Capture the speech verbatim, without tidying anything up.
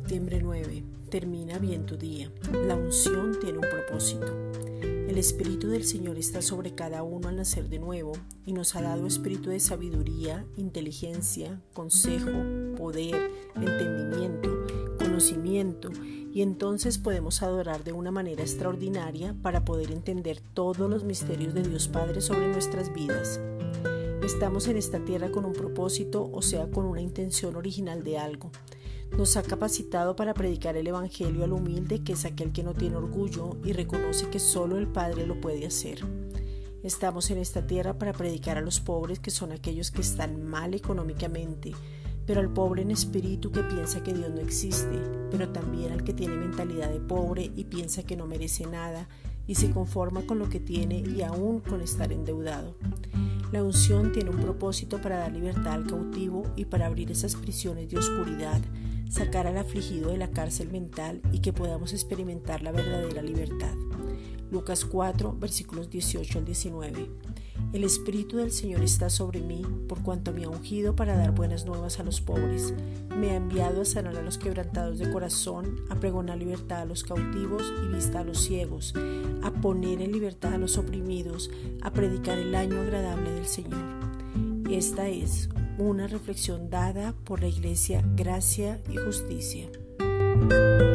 Septiembre nueve. Termina bien tu día. La unción tiene un propósito. El Espíritu del Señor está sobre cada uno al nacer de nuevo y nos ha dado espíritu de sabiduría, inteligencia, consejo, poder, entendimiento, conocimiento, y entonces podemos adorar de una manera extraordinaria para poder entender todos los misterios de Dios Padre sobre nuestras vidas. Estamos en esta tierra con un propósito, o sea, con una intención original de algo. Nos ha capacitado para predicar el Evangelio al humilde, que es aquel que no tiene orgullo y reconoce que solo el Padre lo puede hacer. Estamos en esta tierra para predicar a los pobres, que son aquellos que están mal económicamente, pero al pobre en espíritu que piensa que Dios no existe, pero también al que tiene mentalidad de pobre y piensa que no merece nada y se conforma con lo que tiene y aún con estar endeudado. La unción tiene un propósito para dar libertad al cautivo y para abrir esas prisiones de oscuridad, sacar al afligido de la cárcel mental y que podamos experimentar la verdadera libertad. Lucas cuatro, versículos dieciocho al diecinueve. El Espíritu del Señor está sobre mí, por cuanto me ha ungido para dar buenas nuevas a los pobres. Me ha enviado a sanar a los quebrantados de corazón, a pregonar libertad a los cautivos y vista a los ciegos, a poner en libertad a los oprimidos, a predicar el año agradable del Señor. Esta es una reflexión dada por la Iglesia Gracia y Justicia.